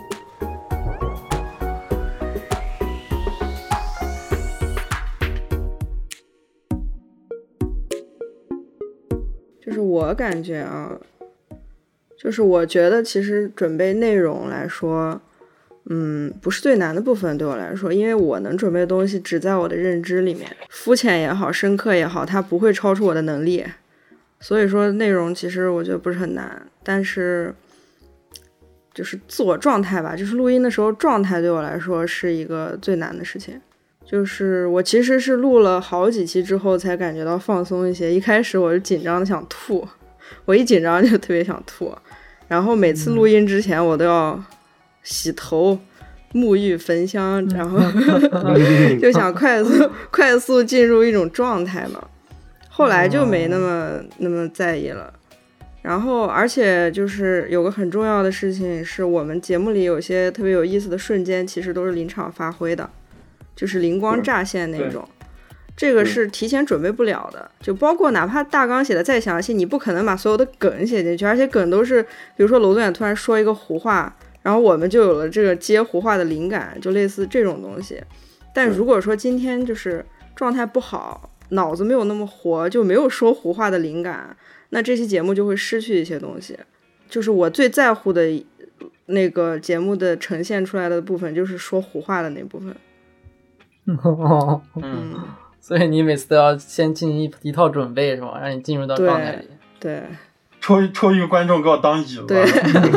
就是我感觉啊，就是我觉得其实准备内容来说，嗯，不是最难的部分对我来说，因为我能准备的东西只在我的认知里面，肤浅也好，深刻也好，它不会超出我的能力，所以说内容其实我觉得不是很难，但是就是自我状态吧，就是录音的时候状态对我来说是一个最难的事情。就是我其实是录了好几期之后才感觉到放松一些，一开始我是紧张的想吐，我一紧张就特别想吐，然后每次录音之前我都要洗头、沐浴、焚香，然后就想快速快速进入一种状态嘛。后来就没那么那么在意了。然后而且就是有个很重要的事情是，我们节目里有些特别有意思的瞬间其实都是临场发挥的，就是灵光乍现那种，这个是提前准备不了的。就包括哪怕大纲写的再详细，你不可能把所有的梗写进去，而且梗都是比如说娄宗远突然说一个胡话，然后我们就有了这个接胡话的灵感，就类似这种东西。但如果说今天就是状态不好，脑子没有那么活，就没有说胡话的灵感，那这期节目就会失去一些东西。就是我最在乎的那个节目的呈现出来的部分，就是说胡话的那部分。 嗯， 所以你每次都要先进行一一套准备是吗？让你进入到状态里。 对， 抽抽一个观众给我当椅子。 对。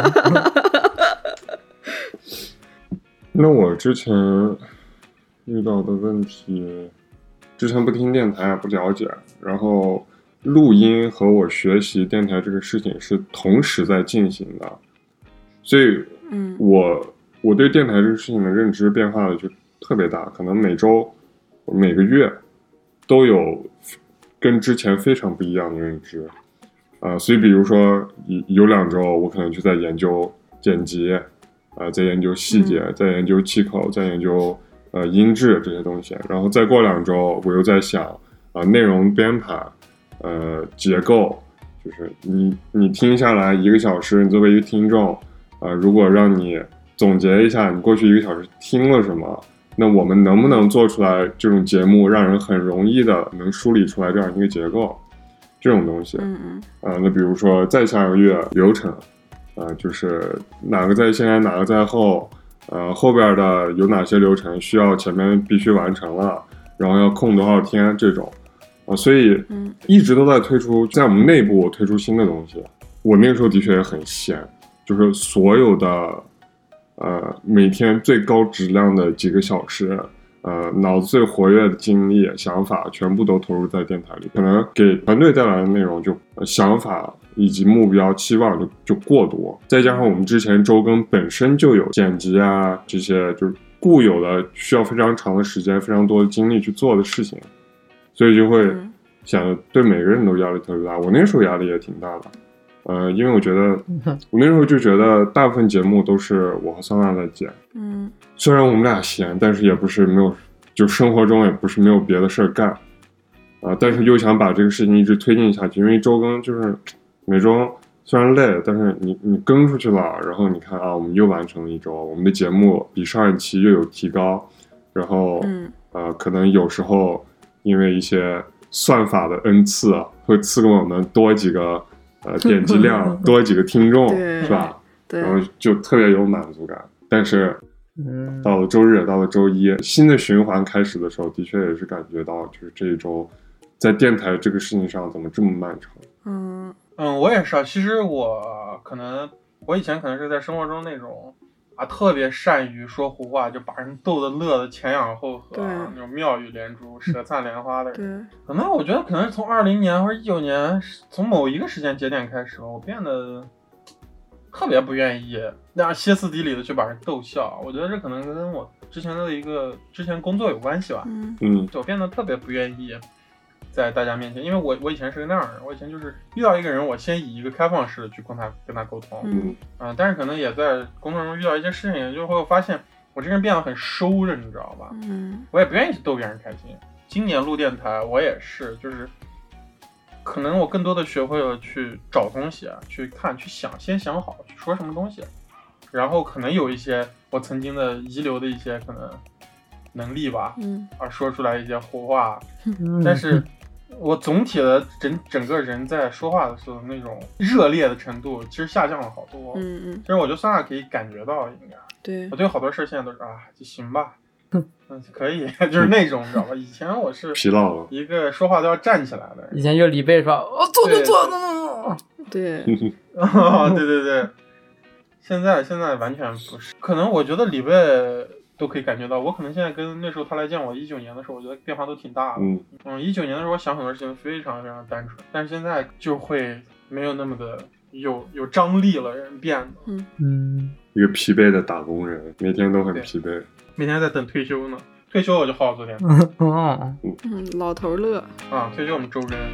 那我之前遇到的问题，之前不听电台也不了解，然后录音和我学习电台这个事情是同时在进行的，所以嗯， 我我对电台这个事情的认知变化的就特别大，可能每周每个月都有跟之前非常不一样的认知啊、呃，所以比如说有两周我可能就在研究剪辑啊、呃，在研究细节、嗯、在研究气口，在研究呃音质这些东西，然后再过两周我又在想啊、呃、内容编排呃结构，就是你你听下来一个小时，你作为一个听众啊、呃，如果让你总结一下你过去一个小时听了什么，那我们能不能做出来这种节目让人很容易的能梳理出来这样一个结构，这种东西。 嗯嗯。 呃，那比如说再下个月流程，呃，就是哪个在先，哪个在后，呃，后边的有哪些流程需要前面必须完成了，然后要空多少天这种，啊、呃，所以一直都在推出，在我们内部推出新的东西。我那个时候的确也很闲，就是所有的。呃，每天最高质量的几个小时，呃，脑子最活跃的精力、想法，全部都投入在电台里，可能给团队带来的内容就、呃、想法以及目标、期望就就过多，再加上我们之前周更本身就有剪辑啊这些，就是固有的需要非常长的时间、非常多的精力去做的事情，所以就会想对每个人都压力特别大。我那时候压力也挺大的。呃，因为我觉得，我那时候就觉得大部分节目都是我和桑娜在剪， 嗯， 虽然我们俩闲，但是也不是没有，就生活中也不是没有别的事儿干，啊、呃，但是又想把这个事情一直推进下去，因为周更就是每周虽然累，但是你你更出去了，然后你看啊，我们又完成了一周，我们的节目比上一期又有提高，然后， 嗯， 呃，可能有时候因为一些算法的恩赐啊，会赐给我们多几个。呃，点击量多几个听众是吧？ 对， 然后就特别有满足感。但是，到了周日，到了周一，新的循环开始的时候，的确也是感觉到，就是这一周，在电台这个事情上怎么这么漫长？ 嗯嗯，我也是啊。其实我可能，我以前可能是在生活中那种啊，特别善于说胡话，就把人逗得乐得前仰后合，那种妙语连珠、舌灿莲花的人。 对， 可能我觉得可能是从二零年或者一九年，从某一个时间节点开始，我变得特别不愿意那样歇斯底里的去把人逗笑。我觉得这可能跟我之前的一个之前工作有关系吧。 嗯， 就我变得特别不愿意在大家面前，因为我我以前是个那样的人，我以前就是遇到一个人，我先以一个开放式的去跟他跟他沟通， 嗯啊、呃，但是可能也在工作中遇到一些事情，就会发现我这人变得很收着，你知道吧？ 嗯， 我也不愿意去逗别人开心。今年录电台，我也是，就是可能我更多的学会了去找东西啊，去看，去想，先想好去说什么东西，然后可能有一些我曾经的遗留的一些可能能力吧， 嗯， 啊，说出来一些胡话，但是。我总体的整整个人在说话的时候那种热烈的程度其实下降了好多。 嗯嗯， 其实我觉得桑娜可以感觉到，应该对我对好多事现在都是啊就行吧，嗯可以，就是那种你知道吧？以前我是疲劳了， 一个说话都要站起来的人。 以前就李贝说，我坐坐坐坐， 对， 啊对对对，现在现在完全不是，可能我觉得李贝。都可以感觉到，我可能现在跟那时候他来见我一九年的时候，我觉得变化都挺大的。 嗯嗯，一九年的时候我想很多事情非常非常单纯，但是现在就会没有那么的有有张力了，人变的。 嗯嗯， 一个疲惫的打工人，每天都很疲惫， 每天在等退休呢。退休我就好好做电台。 嗯嗯，老头乐啊，退休我们周更。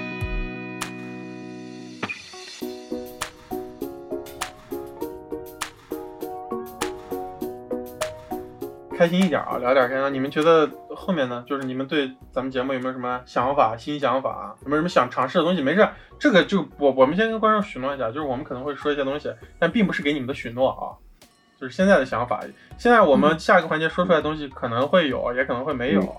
开心一点啊，聊点天啊。你们觉得后面呢？就是你们对咱们节目有没有什么想法、新想法？有没有什么想尝试的东西？没事，这个就我我们先跟观众许诺一下，就是我们可能会说一些东西，但并不是给你们的许诺啊，就是现在的想法。现在我们下一个环节说出来的东西可能会有，也可能会没有。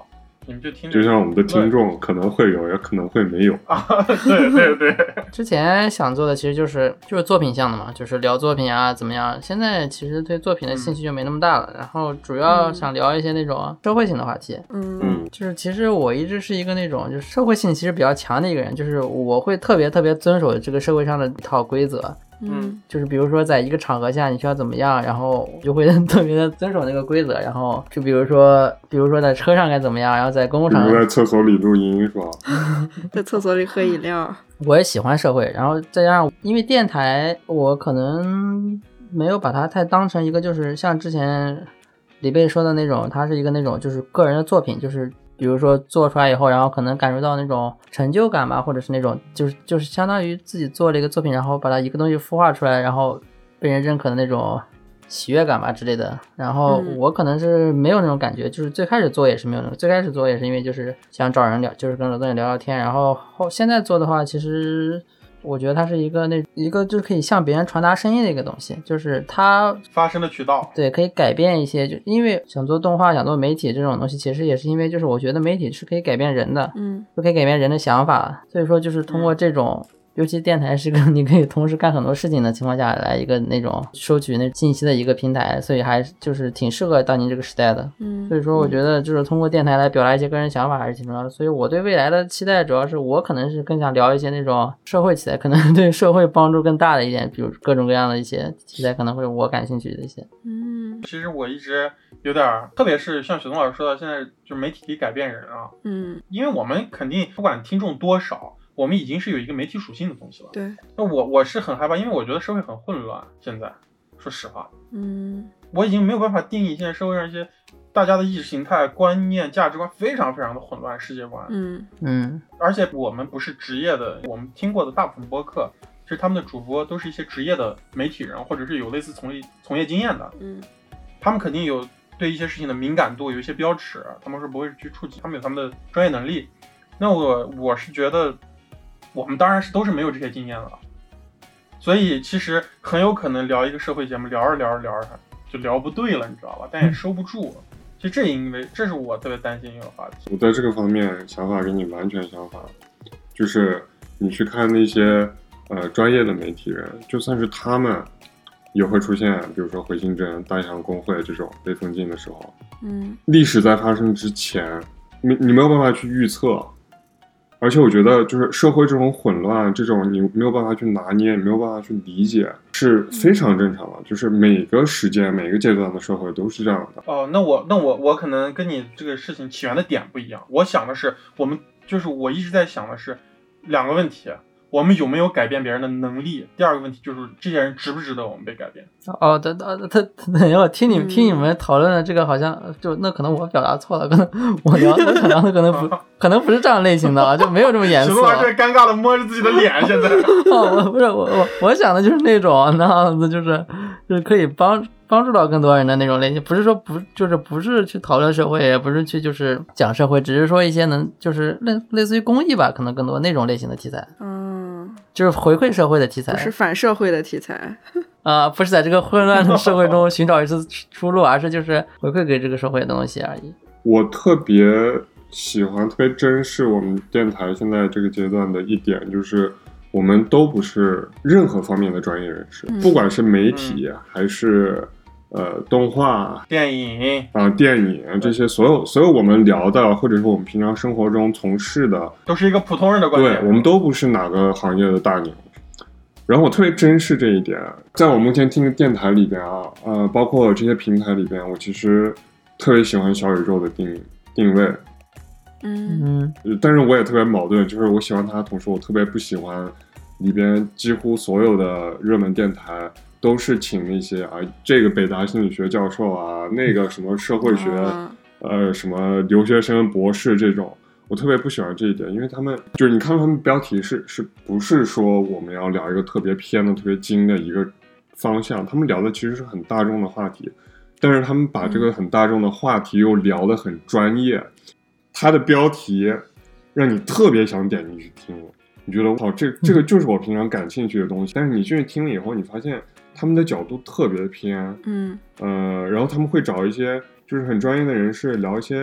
你们就听着， 就像我们的听众可能会有，也可能会没有啊。对对对， 之前想做的其实就是就是作品向的嘛，就是聊作品啊怎么样。现在其实对作品的兴趣就没那么大了，嗯、然后主要想聊一些那种社会性的话题。 嗯嗯， 就是其实我一直是一个那种就是社会性其实比较强的一个人，就是我会特别特别遵守这个社会上的一套规则。 嗯， 就是比如说在一个场合下你需要怎么样，然后就会特别的遵守那个规则，然后就比如说比如说在车上该怎么样，然后在公共场合， 比如在厕所里录音是吧？ 在厕所里喝饮料。 我也喜欢社会，然后再加上因为电台我可能没有把它太当成一个就是像之前李贝说的那种，它是一个那种就是个人的作品，就是比如说做出来以后，然后可能感受到那种成就感吧，或者是那种就是就是相当于自己做了一个作品，然后把它一个东西孵化出来，然后被人认可的那种喜悦感吧之类的。然后我可能是没有那种感觉，就是最开始做也是没有那种，最开始做也是因为就是想找人聊，就是跟罗总聊聊天，然后后现在做的话，其实我觉得它是一个那一个就是可以向别人传达声音的一个东西，就是它发声的渠道， 对，可以改变一些。就因为想做动画想做媒体这种东西，其实也是因为就是我觉得媒体是可以改变人的， 嗯， 就可以改变人的想法，所以说就是通过这种、嗯、尤其电台是个你可以同时干很多事情的情况下来一个那种收取那信息的一个平台，所以还就是挺适合当今这个时代的。 嗯， 所以说我觉得就是通过电台来表达一些个人想法还是挺重要的。所以我对未来的期待主要是我可能是更想聊一些那种社会题材，可能对社会帮助更大的一点，比如各种各样的一些题材可能会我感兴趣的一些。 嗯， 其实我一直有点，特别是像雪松老师说的，现在就是媒体可以改变人啊。 嗯， 因为我们肯定不管听众多少，我们已经是有一个媒体属性的东西了。 对， 那我我是很害怕，因为我觉得社会很混乱。现在说实话， 嗯， 我已经没有办法定义现在社会上一些大家的意识形态、观念、价值观非常非常的混乱，世界观。 嗯嗯， 而且我们不是职业的，我们听过的大部分播客，其实他们的主播都是一些职业的媒体人，或者是有类似从业从业经验的。 嗯， 他们肯定有对一些事情的敏感度，有一些标尺，他们是不会去触及，他们有他们的专业能力。那我我是觉得，我们当然是都是没有这些经验的，所以其实很有可能聊一个社会节目，聊着聊着聊着就聊不对了，你知道吧？但也收不住。其实这因为这是我特别担心一个话题。 我在这个方面想法跟你完全相反，就是你去看那些呃专业的媒体人，就算是他们也会出现，比如说回形针、大洋公会这种被封禁的时候， 嗯， 历史在发生之前，你你没有办法去预测。而且我觉得就是社会这种混乱，这种你没有办法去拿捏，你没有办法去理解，是非常正常的。就是每个时间每个阶段的社会都是这样的。 哦，那我那我我可能跟你这个事情起源的点不一样。我想的是，我们就是我一直在想的是两个问题：我们有没有改变别人的能力？第二个问题就是这些人值不值得我们被改变？ 哦，他他他他，我听你们、嗯、听你们讨论的这个好像就那可能我表达错了，可能我聊我想聊的可能不可能不是这样类型的啊，就没有这么严肃。 石老师尴尬的摸着自己的脸，现在。 哦，我不是我我我想的就是那种那样子，就是就是可以帮帮助到更多人的那种类型，不是说不就是不是去讨论社会，也不是去就是讲社会，只是说一些能就是类类似于公益吧，可能更多那种类型的题材。 嗯， 就是回馈社会的题材， 不是反社会的题材。 啊、呃，不是在这个混乱的社会中寻找一次出路，而是就是回馈给这个社会的东西而已。 我特别喜欢、特别珍视我们电台现在这个阶段的一点，就是我们都不是任何方面的专业人士，嗯、不管是媒体、嗯、还是呃动画、 电影啊、电影这些，所有所有我们聊的，或者是我们平常生活中从事的， 都是一个普通人的观点。 对，我们都不是哪个行业的大牛。然后我特别珍视这一点，在我目前听的电台里边啊，呃，包括这些平台里边，我其实特别喜欢小宇宙的定定位， 嗯嗯，但是我也特别矛盾，就是我喜欢它的同时，我特别不喜欢里边几乎所有的热门电台都是请那些啊，这个北大心理学教授啊，那个什么社会学， 啊、 呃，什么留学生博士这种。我特别不喜欢这一点，因为他们就是你看他们标题是是不是说我们要聊一个特别偏的、特别精的一个方向？他们聊的其实是很大众的话题，但是他们把这个很大众的话题又聊得很专业。他的标题让你特别想点进去听，你觉得好，这这个就是我平常感兴趣的东西。但是你进去听了以后，你发现他们的角度特别偏， 嗯， 呃，然后他们会找一些就是很专业的人士聊一些。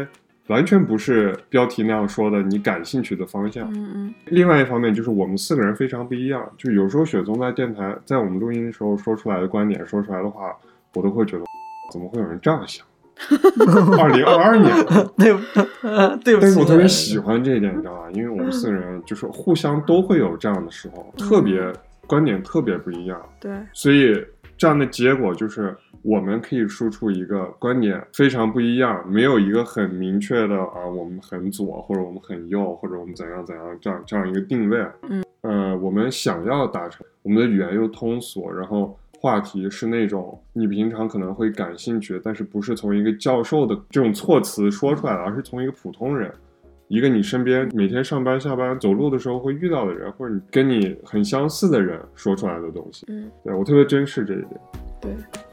完全不是标题那样说的你感兴趣的方向。 嗯嗯。 另外一方面就是我们四个人非常不一样，就有时候雪松在电台在我们录音的时候说出来的观点说出来的话，我都会觉得怎么会有人这样想。二零二二年对不对不起， 但是我特别喜欢这一点，你知道吧？因为我们四个人就是互相都会有这样的时候，特别观点特别不一样。 对， 所以这样的结果就是我们可以输出一个观点非常不一样，没有一个很明确的啊，我们很左或者我们很右或者我们怎样怎样这样这样一个定位。 嗯， 呃，我们想要达成，我们的语言又通俗，然后话题是那种你平常可能会感兴趣，但是不是从一个教授的这种措辞说出来的，而是从一个普通人，一个你身边每天上班下班走路的时候会遇到的人，或者你跟你很相似的人说出来的东西。 嗯， 对，我特别珍视这一点。 对。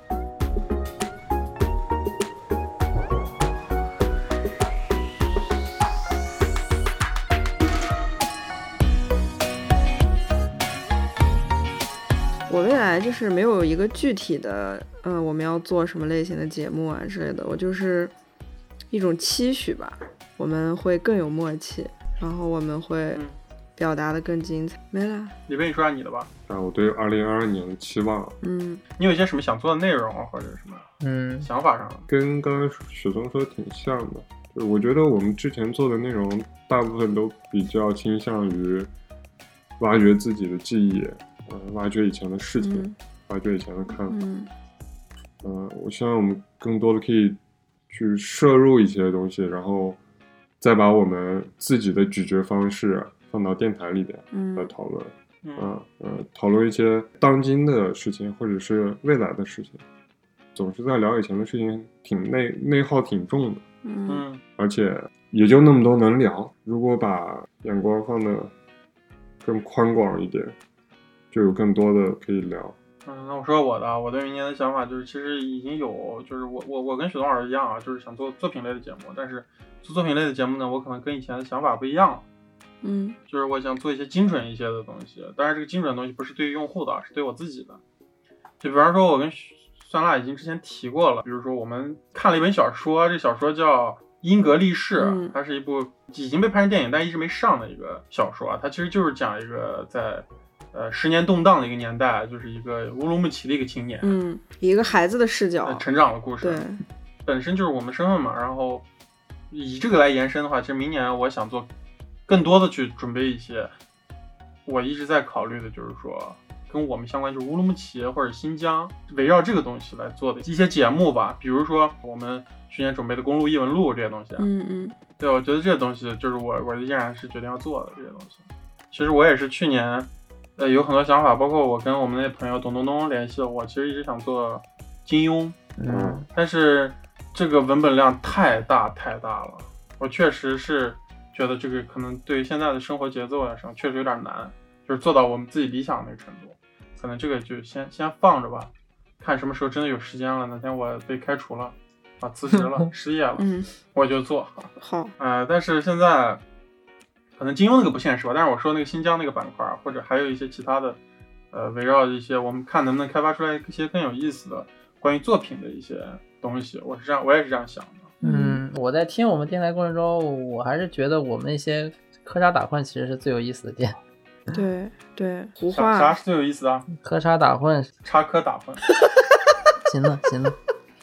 我未来就是没有一个具体的，呃，我们要做什么类型的节目啊之类的，我就是一种期许吧。我们会更有默契，然后我们会表达的更精彩。没了。 李贝，你说下你的吧。 啊，我对二零二二年的期望， 嗯， 你有一些什么想做的内容或者什么嗯想法上的？ 跟刚刚雪松说的挺像的。就是我觉得我们之前做的内容大部分都比较倾向于挖掘自己的记忆。呃，挖掘以前的事情， 嗯、 挖掘以前的看法。 嗯， 呃，我希望我们更多的可以去摄入一些东西，然后再把我们自己的咀嚼方式放到电台里边来讨论。 嗯， 呃呃，讨论一些当今的事情或者是未来的事情。总是在聊以前的事情，挺内内耗挺重的。 嗯， 而且也就那么多能聊。如果把眼光放得更宽广一点，就有更多的可以聊。 嗯，那我说我的，我对明年的想法就是，其实已经有，就是我我我跟雪冬老师一样啊，就是想做作品类的节目，但是做作品类的节目呢，我可能跟以前的想法不一样了。 嗯， 就是我想做一些精准一些的东西，当然这个精准的东西不是对于用户的，是对我自己的。就比方说，我跟酸辣已经之前提过了，比如说我们看了一本小说，这小说叫《英格力士》， 嗯， 它是一部已经被拍成电影但一直没上的一个小说啊，它其实就是讲一个在呃，十年动荡的一个年代，就是一个乌鲁木齐的一个青年， 嗯，以一个孩子的视角、 呃、成长的故事， 对， 本身就是我们身份嘛。然后以这个来延伸的话，其实明年我想做更多的去准备一些，我一直在考虑的就是说跟我们相关，就是乌鲁木齐或者新疆围绕这个东西来做的一些节目吧。比如说我们去年准备的公路异闻录这些东西， 嗯嗯， 对，我觉得这些东西就是我我依然是决定要做的这些东西。其实我也是去年。呃，有很多想法，包括我跟我们那朋友董东东联系了我，其实一直想做金庸， 嗯， 但是这个文本量太大太大了，我确实是觉得这个可能对于现在的生活节奏来说确实有点难，就是做到我们自己理想那个程度，可能这个就先先放着吧，看什么时候真的有时间了，哪天我被开除了，啊辞职了，失业了， 嗯， 我就做好， 呃，但是现在。可能金庸那个不现实吧，但是我说那个新疆那个板块，或者还有一些其他的，呃，围绕一些我们看能不能开发出来一些更有意思的关于作品的一些东西，我是这样，我也是这样想的。 嗯，我在听我们电台过程中，我还是觉得我们那些喝茶打混其实是最有意思的点。 对对，胡话啥是最有意思的？ 喝茶打混， 插科打诨。 行了行了。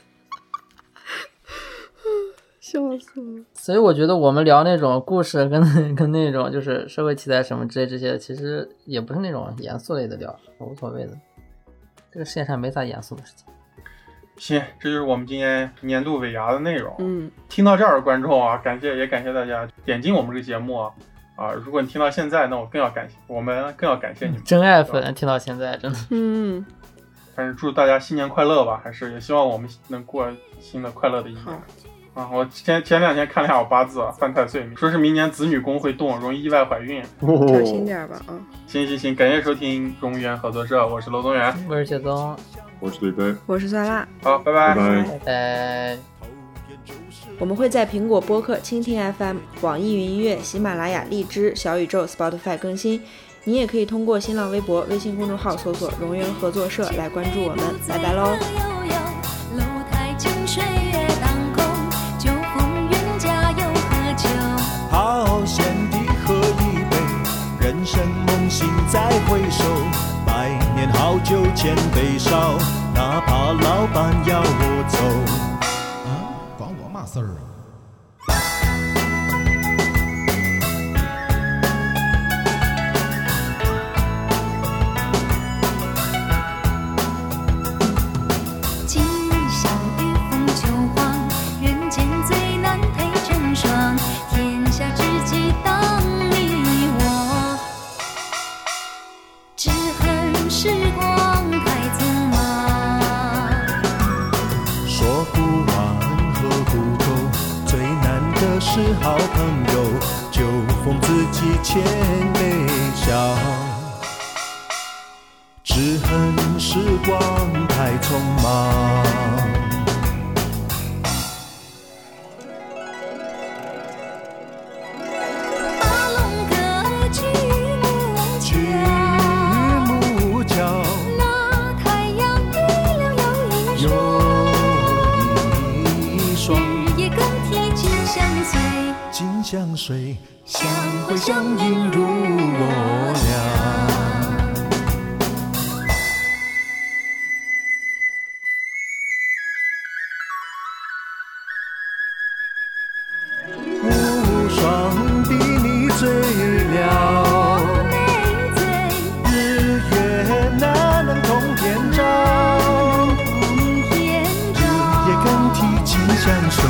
笑死了！ 所以我觉得我们聊那种故事跟跟那种就是社会题材什么之类这些，其实也不是那种严肃类的聊，无所谓的。这个世界上没啥严肃的事情。 行，这就是我们今年年度尾牙的内容。 嗯， 听到这儿的观众啊，感谢也感谢大家点进我们这个节目啊。啊，如果你听到现在，那我更要感谢我们，更要感谢你们真爱粉，听到现在真的。 嗯， 反正祝大家新年快乐吧，还是也希望我们能过新的快乐的一年。啊，我前前两天看了一下我八字，犯太岁，说是明年子女宫会动，容易意外怀孕。 小心点吧啊！ 行行行，感谢收听荣源合作社，我是娄宗元， 我是雪宗， 我是李贝， 我是酸辣。 好，拜拜拜拜拜。 我们会在苹果播客、蜻蜓 F M、网易云音乐、喜马拉雅、荔枝、小宇宙、Spotify 更新。你也可以通过新浪微博、微信公众号搜索“荣源合作社”来关注我们。拜拜喽！ 楼台清水月当空，酒风云家有再回首，百年好酒千杯少，哪怕老板要我走。 啊，关我嘛事儿啊？ 是好朋友，就奉自己千杯笑，只恨时光太匆忙。 八龙歌剧木桥， 那太阳月亮有一双，日夜更替紧相随。 紧相随，相会相映入我俩。无双比你醉了，日月哪能同天照？日夜更替紧相随。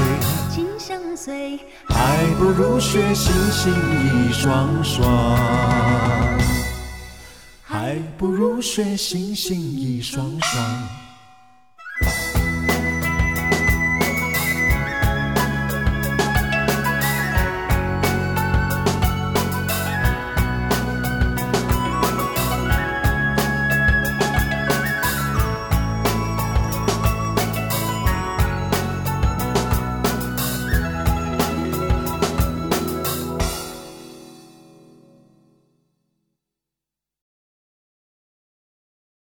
还不如学星星一双双，还不如学星星一双双。